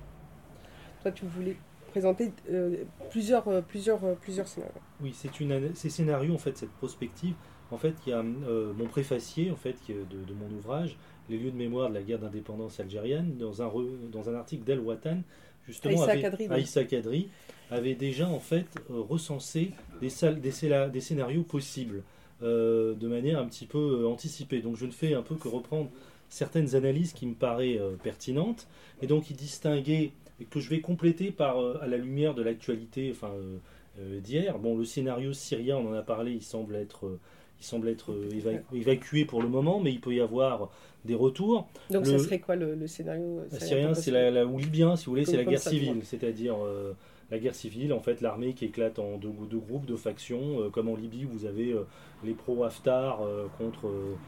toi tu voulais présenter euh, plusieurs, euh, plusieurs, euh, plusieurs scénarios. Oui, c'est une, ces scénarios, en fait, cette prospective. En fait, il y a euh, mon préfacier en fait, de, de mon ouvrage, Les lieux de mémoire de la guerre d'indépendance algérienne, dans un, re, dans un article d'El Watan, justement, Aïssa Kadri, Aïssa Kadri avait déjà en fait euh, recensé des, salles, des, des scénarios possibles euh, de manière un petit peu euh, anticipée. Donc je ne fais un peu que reprendre certaines analyses qui me paraissent euh, pertinentes, et donc il distinguait, et que je vais compléter par, euh, à la lumière de l'actualité enfin, euh, euh, d'hier. Bon, le scénario syrien, on en a parlé, il semble être... Euh, Il semble être éva- évacué pour le moment, mais il peut y avoir des retours. Donc, le, ça serait quoi le, le scénario syrien? C'est la, la, ou libyen, si vous voulez, c'est la guerre ça, civile. C'est-à-dire euh, la guerre civile, en fait, l'armée qui éclate en deux, deux groupes, deux factions. Euh, comme en Libye, vous avez euh, les pro-Haftar euh, contre.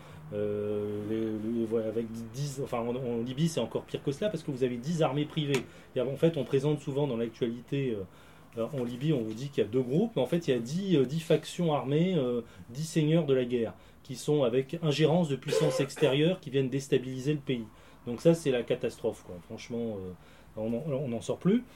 Euh, les, les, voilà, avec dix, enfin, en, en Libye, c'est encore pire que cela parce que vous avez dix armées privées. Et en fait, on présente souvent dans l'actualité. Euh, En Libye, on vous dit qu'il y a deux groupes, mais en fait, il y a dix, dix factions armées, euh, dix seigneurs de la guerre, qui sont avec ingérence de puissances extérieures qui viennent déstabiliser le pays. Donc ça, c'est la catastrophe, quoi. Franchement, euh, on n'en sort plus.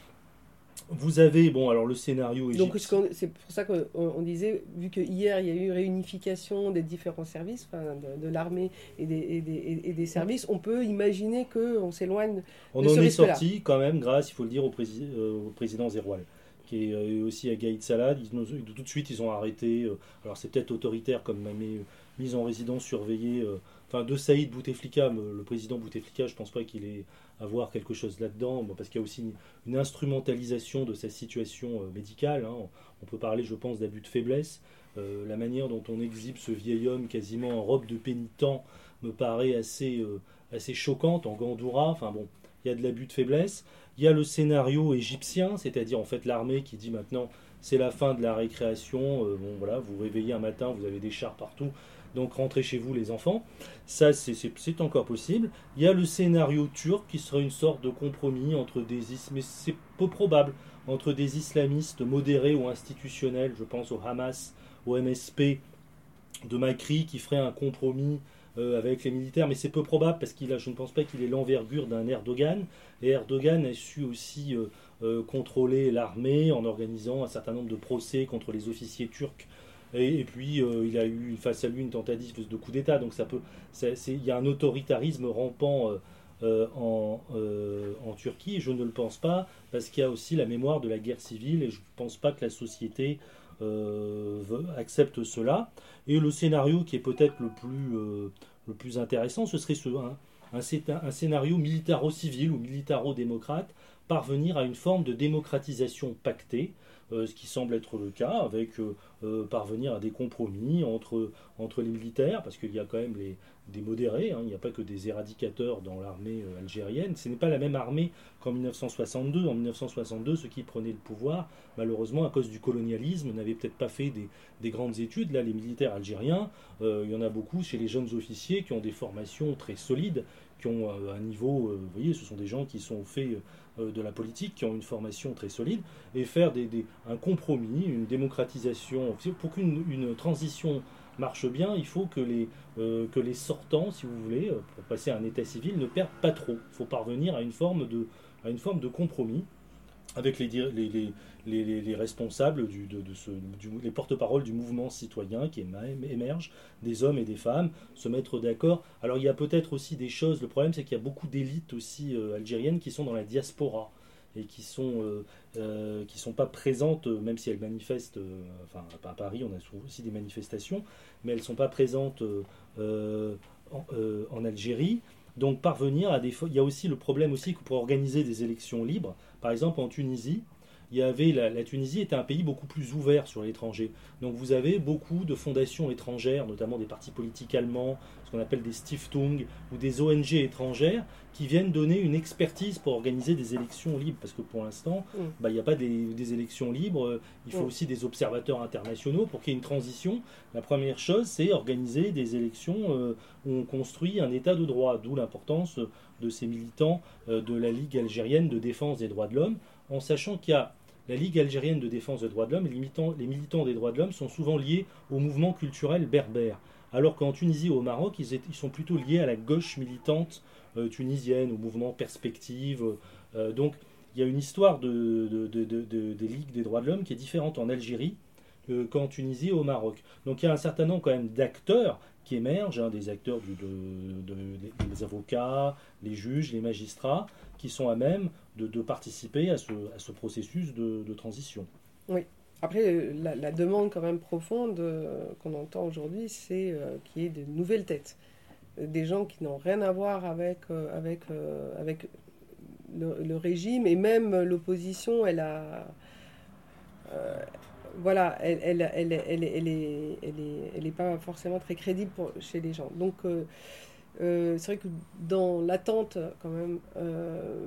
Vous avez, bon, alors le scénario égyptien... Donc c'est pour ça qu'on on disait, vu qu'hier, il y a eu réunification des différents services, de, de l'armée et des, et, des, et des services, on peut imaginer qu'on s'éloigne on de ce risque-là. On en est sorti quand même grâce, il faut le dire, au, prési euh, au président Zeroual, qui est aussi à Gaïd Salah. Ils, tout de suite, ils ont arrêté. Euh, alors, c'est peut-être autoritaire comme mais, mise en résidence surveillée. Euh, enfin, de Saïd Bouteflika, le président Bouteflika, je ne pense pas qu'il ait à voir quelque chose là-dedans, bon, parce qu'il y a aussi une, une instrumentalisation de sa situation euh, médicale. Hein. On peut parler, je pense, d'abus de faiblesse. Euh, la manière dont on exhibe ce vieil homme quasiment en robe de pénitent me paraît assez, euh, assez choquante, en gandoura. Enfin bon, il y a de l'abus de faiblesse. Il y a le scénario égyptien, c'est-à-dire en fait l'armée qui dit maintenant c'est la fin de la récréation, euh, bon voilà, vous vous réveillez un matin, vous avez des chars partout, donc rentrez chez vous les enfants. Ça c'est encore possible. Il y a le scénario turc qui serait une sorte de compromis entre des, mais c'est peu probable, entre des islamistes modérés ou institutionnels, je pense au Hamas, au M S P de Makri qui ferait un compromis Euh, avec les militaires, mais c'est peu probable parce qu'il a, je ne pense pas qu'il ait l'envergure d'un Erdogan. Et Erdogan a su aussi euh, euh, contrôler l'armée en organisant un certain nombre de procès contre les officiers turcs. Et, et puis euh, il a eu face à lui une tentative de coup d'État. Donc ça peut, c'est, c'est, il y a un autoritarisme rampant euh, euh, en, euh, en Turquie. Et je ne le pense pas parce qu'il y a aussi la mémoire de la guerre civile et je ne pense pas que la société Euh, accepte cela. Et le scénario qui est peut-être le plus euh, le plus intéressant, ce serait ce, hein, un, un scénario militaro-civil ou militaro-démocrate parvenir à une forme de démocratisation pactée, euh, ce qui semble être le cas, avec euh, euh, parvenir à des compromis entre, entre les militaires, parce qu'il y a quand même les, des modérés, hein, il n'y a pas que des éradicateurs dans l'armée euh, algérienne. Ce n'est pas la même armée qu'en mille neuf cent soixante-deux. En mille neuf cent soixante-deux, ceux qui prenaient le pouvoir, malheureusement, à cause du colonialisme, n'avaient peut-être pas fait des, des grandes études. Là, les militaires algériens, euh, il y en a beaucoup chez les jeunes officiers qui ont des formations très solides, qui ont euh, un niveau, euh, vous voyez, ce sont des gens qui sont au fait euh, de la politique, qui ont une formation très solide, et faire des, des, un compromis, une démocratisation. Pour qu'une une transition marche bien, il faut que les, euh, que les sortants, si vous voulez, pour passer à un état civil, ne perdent pas trop. Il faut parvenir à une forme de, à une forme de compromis avec les, les, les, les, les responsables, du, de, de ce, du, les porte-paroles du mouvement citoyen qui émerge, des hommes et des femmes, se mettre d'accord. Alors il y a peut-être aussi des choses, le problème c'est qu'il y a beaucoup d'élites aussi euh, algériennes qui sont dans la diaspora et qui sont euh, euh, qui sont pas présentes, même si elles manifestent, euh, enfin à Paris on a aussi des manifestations, mais elles sont pas présentes euh, euh, en, euh, en Algérie. Donc parvenir à des... Il y a aussi le problème aussi que pour organiser des élections libres, par exemple en Tunisie, il y avait la, la Tunisie était un pays beaucoup plus ouvert sur l'étranger. Donc vous avez beaucoup de fondations étrangères, notamment des partis politiques allemands, ce qu'on appelle des Stiftung, ou des O N G étrangères, qui viennent donner une expertise pour organiser des élections libres. Parce que pour l'instant, mmh. bah, il n'y a pas des, des élections libres, il faut mmh. aussi des observateurs internationaux pour qu'il y ait une transition. La première chose, c'est organiser des élections euh, où on construit un état de droit, d'où l'importance de ces militants euh, de la Ligue algérienne de défense des droits de l'homme, en sachant qu'il y a la Ligue algérienne de défense des droits de l'homme, et les militants, les militants des droits de l'homme sont souvent liés au mouvement culturel berbère. Alors qu'en Tunisie et au Maroc, ils, est, ils sont plutôt liés à la gauche militante euh, tunisienne, au mouvement Perspective. Euh, donc il y a une histoire de, de, de, de, de, des Ligues des droits de l'homme qui est différente en Algérie euh, qu'en Tunisie et au Maroc. Donc il y a un certain nombre quand même d'acteurs qui émergent, hein, des acteurs du, de, de, des avocats, les juges, les magistrats, qui sont à même de, de participer à ce, à ce processus de, de transition. Oui. Après, la, la demande quand même profonde euh, qu'on entend aujourd'hui, c'est euh, qu'il y ait de nouvelles têtes. Des gens qui n'ont rien à voir avec, euh, avec, euh, avec le, le régime, et même l'opposition, elle a... Euh, voilà, elle elle, elle, elle, elle, est, elle, est, elle est pas forcément très crédible pour, chez les gens. Donc, euh, euh, c'est vrai que dans l'attente, quand même, euh,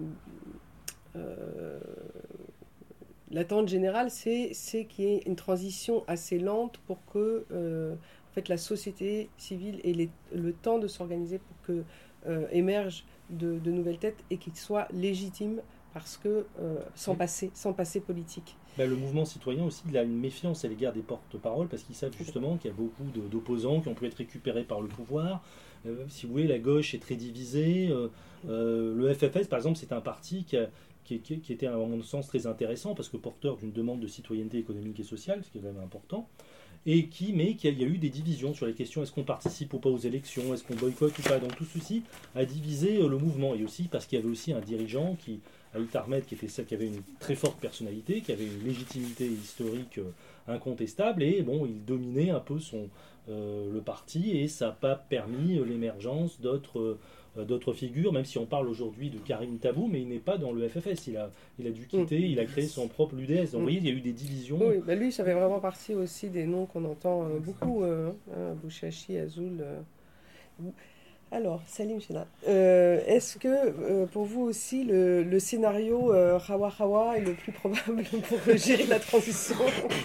euh, l'attente générale, c'est, c'est qu'il y ait une transition assez lente pour que euh, en fait, la société civile ait les, le temps de s'organiser pour que euh, émergent de, de nouvelles têtes et qu'ils soient légitimes, parce que euh, sans, passer, sans passer politique. Ben, le mouvement citoyen aussi, il a une méfiance à l'égard des porte-paroles, parce qu'ils savent justement qu'il y a beaucoup de, d'opposants qui ont pu être récupérés par le pouvoir. Euh, si vous voulez, la gauche est très divisée. Euh, euh, le F F S, par exemple, c'est un parti qui, a, qui, qui, qui était, à mon sens, très intéressant, parce que porteur d'une demande de citoyenneté économique et sociale, ce qui est quand même important, et qui, mais qu'il y a eu des divisions sur les questions, est-ce qu'on participe ou pas aux élections, est-ce qu'on boycotte ou pas. Donc tout ceci a divisé le mouvement, et aussi parce qu'il y avait aussi un dirigeant qui... Aït Ahmed, qui, était, qui avait une très forte personnalité, qui avait une légitimité historique euh, incontestable, et bon, il dominait un peu son, euh, le parti, et ça n'a pas permis l'émergence d'autres, euh, d'autres figures, même si on parle aujourd'hui de Karim Tabou, mais il n'est pas dans le F F S, il a, il a dû quitter, mmh. il a créé son propre l'U D S. Donc mmh. vous voyez, il y a eu des divisions. Oui, bah lui, ça fait vraiment partie aussi des noms qu'on entend euh, beaucoup, euh, hein, Bouchachi, Azoul... Euh, Alors, Salim Chena, euh, est-ce que euh, pour vous aussi le, le scénario euh, Hawa Hawa est le plus probable pour gérer la transition ?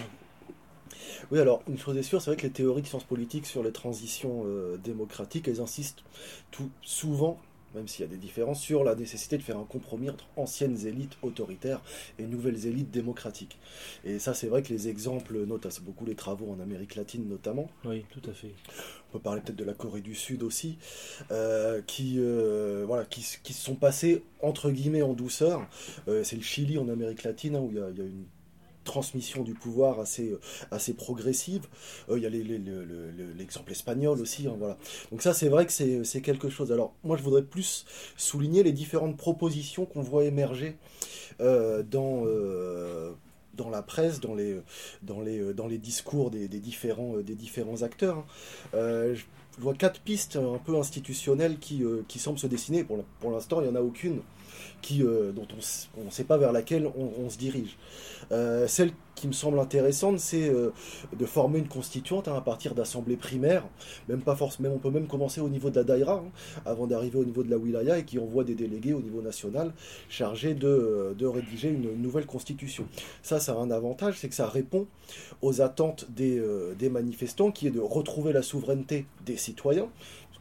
Oui, alors une chose est sûre, c'est vrai que les théories de sciences politiques sur les transitions euh, démocratiques, elles insistent tout, souvent, même s'il y a des différences, sur la nécessité de faire un compromis entre anciennes élites autoritaires et nouvelles élites démocratiques. Et ça, c'est vrai que les exemples, notamment, c'est beaucoup les travaux en Amérique latine notamment. Oui, tout à fait. On peut parler peut-être de la Corée du Sud aussi, euh, qui, euh, voilà, qui, qui se sont passés entre guillemets en douceur. Euh, c'est le Chili en Amérique latine, hein, où il y a, il y a une transmission du pouvoir assez, assez progressive. Euh, il y a les, les, les, les, l'exemple espagnol aussi. Hein, voilà. Donc ça, c'est vrai que c'est, c'est quelque chose. Alors, moi, je voudrais plus souligner les différentes propositions qu'on voit émerger euh, dans... Euh, dans la presse, dans les, dans les, dans les discours des, des, différents, des différents acteurs. Euh, je vois quatre pistes un peu institutionnelles qui, euh, qui semblent se dessiner. Pour, pour l'instant, il n'y en a aucune qui, euh, dont on ne sait pas vers laquelle on, on se dirige. Euh, celle qui me semble intéressante, c'est euh, de former une constituante hein, à partir d'assemblées primaires, même pas forcément, on peut même commencer au niveau de la daïra, hein, avant d'arriver au niveau de la wilaya, et qui envoie des délégués au niveau national chargés de, de rédiger une nouvelle constitution. Ça, ça a un avantage, c'est que ça répond aux attentes des, euh, des manifestants, qui est de retrouver la souveraineté des citoyens.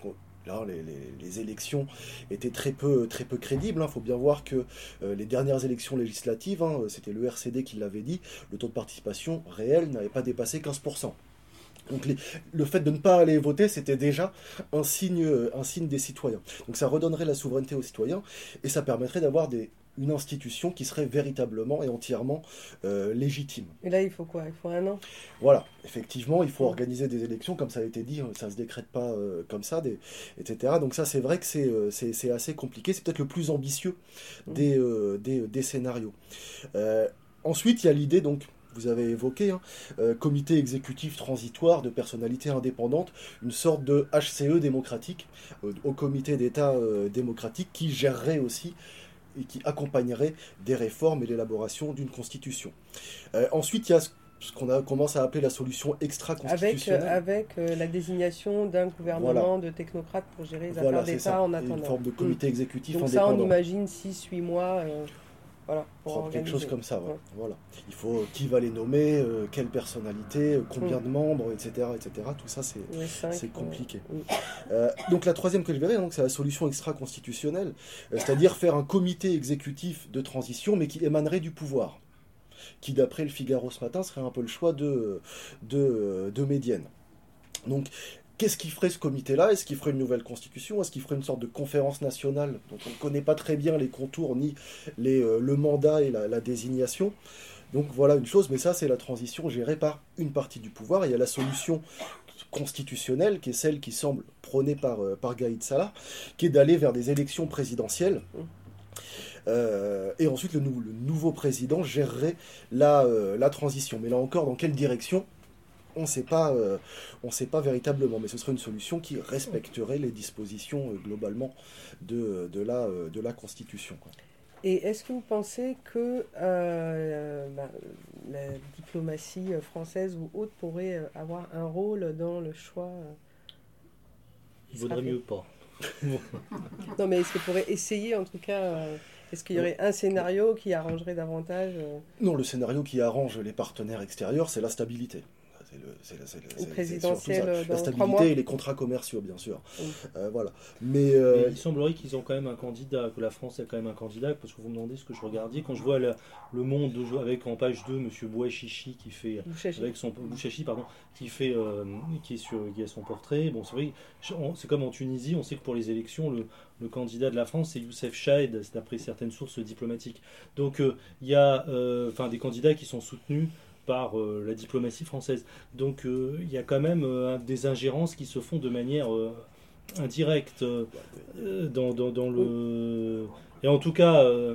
Là, les, les, les élections étaient très peu, très peu crédibles. Il hein. faut bien voir que euh, les dernières élections législatives, hein, c'était le R C D qui l'avait dit, le taux de participation réel n'avait pas dépassé quinze pour cent. Donc les, le fait de ne pas aller voter, c'était déjà un signe, un signe des citoyens. Donc ça redonnerait la souveraineté aux citoyens et ça permettrait d'avoir des... une institution qui serait véritablement et entièrement euh, légitime. Et là, il faut quoi? Il faut un an? Voilà, effectivement, il faut mmh. organiser des élections, comme ça a été dit, ça ne se décrète pas euh, comme ça, des, et cetera. Donc ça, c'est vrai que c'est, euh, c'est, c'est assez compliqué, c'est peut-être le plus ambitieux mmh. des, euh, des, des scénarios. Euh, ensuite, il y a l'idée, donc, vous avez évoqué, hein, euh, comité exécutif transitoire de personnalités indépendantes, une sorte de H C E démocratique, euh, au comité d'État euh, démocratique, qui gérerait aussi et qui accompagnerait des réformes et l'élaboration d'une constitution. Euh, ensuite, il y a ce, ce qu'on a, commence à appeler la solution extra-constitutionnelle. Avec, avec euh, la désignation d'un gouvernement voilà. de technocrates pour gérer les voilà, affaires d'État en attendant. Une forme de comité mmh. exécutif Donc indépendant. Donc ça, on imagine six huit mois... Euh... Voilà, pour quelque chose comme ça, ouais. Ouais. Voilà. Il faut qui va les nommer, euh, quelle personnalité, euh, combien mmh. de membres, et cetera, et cetera. Tout ça, c'est, ouais, c'est compliqué. Ouais. Euh, donc la troisième que je verrai, donc, c'est la solution extra-constitutionnelle, euh, c'est-à-dire faire un comité exécutif de transition, mais qui émanerait du pouvoir, qui, d'après le Figaro ce matin, serait un peu le choix de, de, de Médienne. Donc, qu'est-ce qui ferait ce comité-là? Est-ce qu'il ferait une nouvelle constitution? Est-ce qu'il ferait une sorte de conférence nationale dont on ne connaît pas très bien les contours, ni les, euh, le mandat et la, la désignation? Donc voilà une chose, mais ça c'est la transition gérée par une partie du pouvoir. Et il y a la solution constitutionnelle, qui est celle qui semble prônée par, euh, par Gaïd Salah, qui est d'aller vers des élections présidentielles. Euh, et ensuite le, nou- le nouveau président gérerait la, euh, la transition. Mais là encore, dans quelle direction? On ne sait pas, euh, on sait pas véritablement, mais ce serait une solution qui respecterait les dispositions euh, globalement de, de, la, euh, de la Constitution. Quoi. Et est-ce que vous pensez que euh, bah, la diplomatie française ou autre pourrait avoir un rôle dans le choix? Il vaudrait mieux pas. Non, mais est-ce qu'elle pourrait essayer en tout cas euh, Est-ce qu'il y aurait un scénario qui arrangerait davantage euh... Non, le scénario qui arrange les partenaires extérieurs, c'est la stabilité. C'est, le, c'est, c'est, c'est, c'est, présidentielle c'est la stabilité et les contrats commerciaux, bien sûr. Oui. Euh, voilà. Mais, euh... Mais il semblerait qu'ils ont quand même un candidat, que la France a quand même un candidat, parce que vous me demandez ce que je regardais. Quand je vois la, le Monde avec en page deux, M. Bouachichi qui fait Bouchachi. avec son Bouchachi, pardon, qui fait euh, qui est sur qui a son portrait. Bon, c'est vrai, c'est comme en Tunisie, on sait que pour les élections, le, le candidat de la France c'est Youssef Chahed, c'est d'après certaines sources diplomatiques. Donc euh, il y a, enfin, euh, des candidats qui sont soutenus par euh, la diplomatie française. Donc il euh, y a quand même euh, des ingérences qui se font de manière euh, indirecte euh, dans, dans, dans le... Et en tout cas, euh,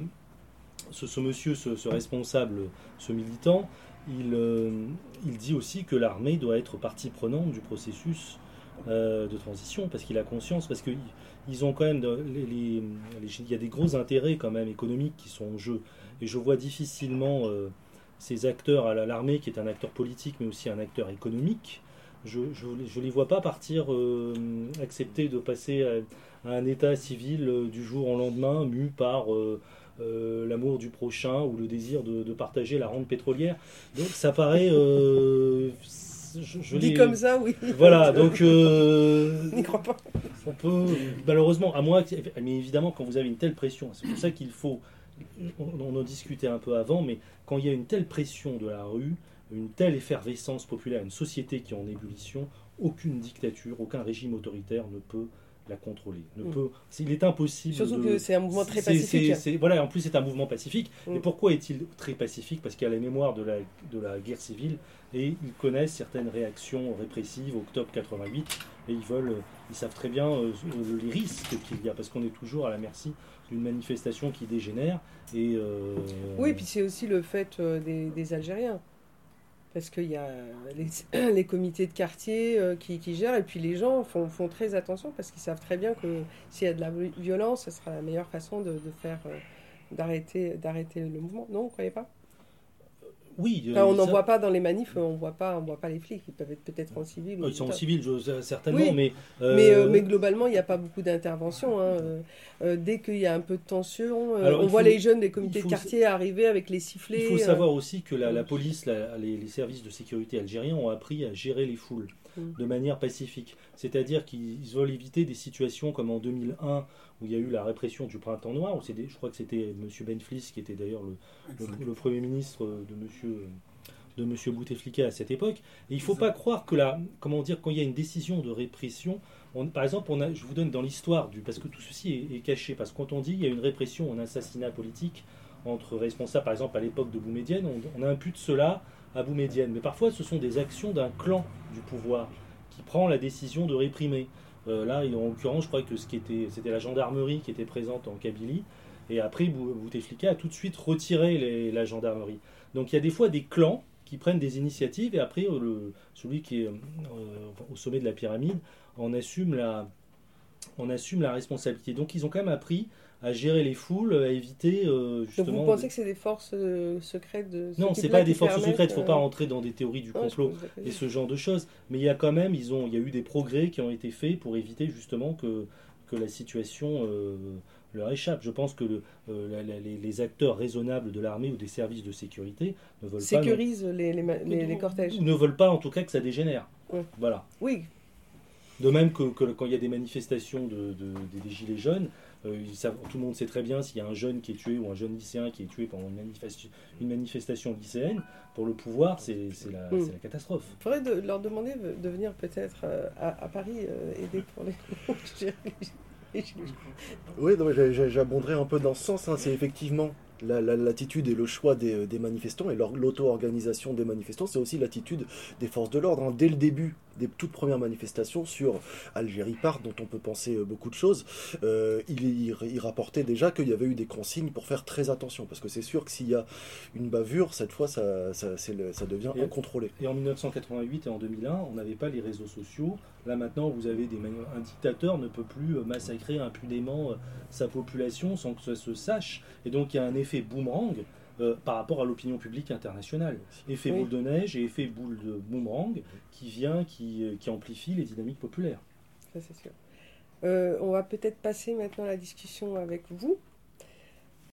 ce, ce monsieur, ce, ce responsable, ce militant, il, euh, il dit aussi que l'armée doit être partie prenante du processus euh, de transition, parce qu'il a conscience, parce qu'ils ont quand même... De, les, les, les, il y a des gros intérêts quand même économiques qui sont en jeu. Et je vois difficilement... Euh, ces acteurs à l'armée, qui est un acteur politique, mais aussi un acteur économique, je ne les vois pas partir, euh, accepter de passer à, à un état civil euh, du jour au lendemain, mu par euh, euh, l'amour du prochain ou le désir de, de partager la rente pétrolière. Donc ça paraît... Euh, je, je Dit les... comme ça, oui. Voilà, donc... Euh, n'y crois pas. On peut, malheureusement, à moins... Mais évidemment, quand vous avez une telle pression, c'est pour ça qu'il faut... On en discutait un peu avant, mais quand il y a une telle pression de la rue, une telle effervescence populaire, une société qui est en ébullition, aucune dictature, aucun régime autoritaire ne peut la contrôler. Ne mmh. peut, il est impossible. Surtout de, que c'est un mouvement très c'est, pacifique. C'est, c'est, voilà, en plus c'est un mouvement pacifique. Mmh. Et pourquoi est-il très pacifique? Parce qu'il y a la mémoire de la, de la guerre civile et ils connaissent certaines réactions répressives, octobre quatre-vingt-huit, et ils veulent, ils savent très bien euh, les risques qu'il y a, parce qu'on est toujours à la merci d'une manifestation qui dégénère. Et, euh, oui, puis c'est aussi le fait euh, des, des Algériens. parce qu'il y a les, les comités de quartier euh, qui, qui gèrent, et puis les gens font, font très attention parce qu'ils savent très bien que s'il y a de la violence, ce sera la meilleure façon de, de faire, euh, d'arrêter, d'arrêter le mouvement. Non, vous ne croyez pas? Oui. Enfin, on n'en ça... voit pas dans les manifs, on voit pas, on voit pas les flics. Ils peuvent être peut-être en civil. Ils sont en top. civil, je, certainement, oui. mais... Euh... Mais, euh, mais globalement, il n'y a pas beaucoup d'interventions. Hein. Euh, dès qu'il y a un peu de tension, euh, Alors, on voit faut... les jeunes des comités faut... de quartier arriver avec les sifflets. Il faut savoir aussi que la, la police, la, les, les services de sécurité algériens ont appris à gérer les foules mm. de manière pacifique. C'est-à-dire qu'ils veulent éviter des situations comme en deux mille un, où il y a eu la répression du printemps noir, où des, je crois que c'était M. Benflis, qui était d'ailleurs le, le, le Premier ministre de M. de M. Bouteflika à cette époque. Et il ne faut pas croire que la, comment dire, quand il y a une décision de répression, on, par exemple, on a, je vous donne dans l'histoire, du, parce que tout ceci est, est caché, parce que quand on dit qu'il y a une répression, un assassinat politique entre responsables, par exemple à l'époque de Boumedienne, on, on impute cela à Boumedienne. Mais parfois, ce sont des actions d'un clan du pouvoir qui prend la décision de réprimer. Euh, là, en l'occurrence, je crois que ce qui était, c'était la gendarmerie qui était présente en Kabylie, et après, Bouteflika a tout de suite retiré les, la gendarmerie. Donc il y a des fois des clans qui prennent des initiatives, et après, le, celui qui est euh, au sommet de la pyramide en assume la, on assume la responsabilité. Donc ils ont quand même appris à gérer les foules, à éviter euh, justement... Donc vous pensez que c'est des forces euh, secrètes de ce Non, c'est pas des forces secrètes, il ne faut euh... pas rentrer dans des théories du complot ouais, et ce genre de choses. Mais il y a quand même, ils ont, il y a eu des progrès qui ont été faits pour éviter justement que, que la situation euh, leur échappe. Je pense que le, euh, la, la, les, les acteurs raisonnables de l'armée ou des services de sécurité ne veulent sécurisent pas... les, les, les, les cortèges. Ne veulent pas en tout cas que ça dégénère. Ouais. Voilà. Oui. De même que, que quand il y a des manifestations de, de, des, des gilets jaunes, euh, ils savent, tout le monde sait très bien s'il y a un jeune qui est tué ou un jeune lycéen qui est tué pendant une, manifestation, une manifestation lycéenne, pour le pouvoir, c'est, c'est, la, mmh. c'est la catastrophe. Il faudrait de, leur demander de venir peut-être euh, à, à Paris euh, aider pour les... Oui, non, j'abonderai un peu dans ce sens. Hein. C'est effectivement la, la, l'attitude et le choix des, des manifestants et leur, l'auto-organisation des manifestants. C'est aussi l'attitude des forces de l'ordre. Hein. Dès le début des toutes premières manifestations sur Algérie Part, dont on peut penser beaucoup de choses, euh, il, il, il rapportait déjà qu'il y avait eu des consignes pour faire très attention. Parce que c'est sûr que s'il y a une bavure, cette fois, ça, ça, c'est le, ça devient et, incontrôlé. Et en dix-neuf cent quatre-vingt-huit et en deux mille un, on n'avait pas les réseaux sociaux. Là maintenant, vous avez des mani- un dictateur ne peut plus massacrer impunément sa population sans que ça se sache. Et donc il y a un effet boomerang euh, par rapport à l'opinion publique internationale. Effet oui. boule de neige et effet boule de boomerang qui vient, qui, qui amplifie les dynamiques populaires. Ça c'est sûr. Euh, on va peut-être passer maintenant à la discussion avec vous.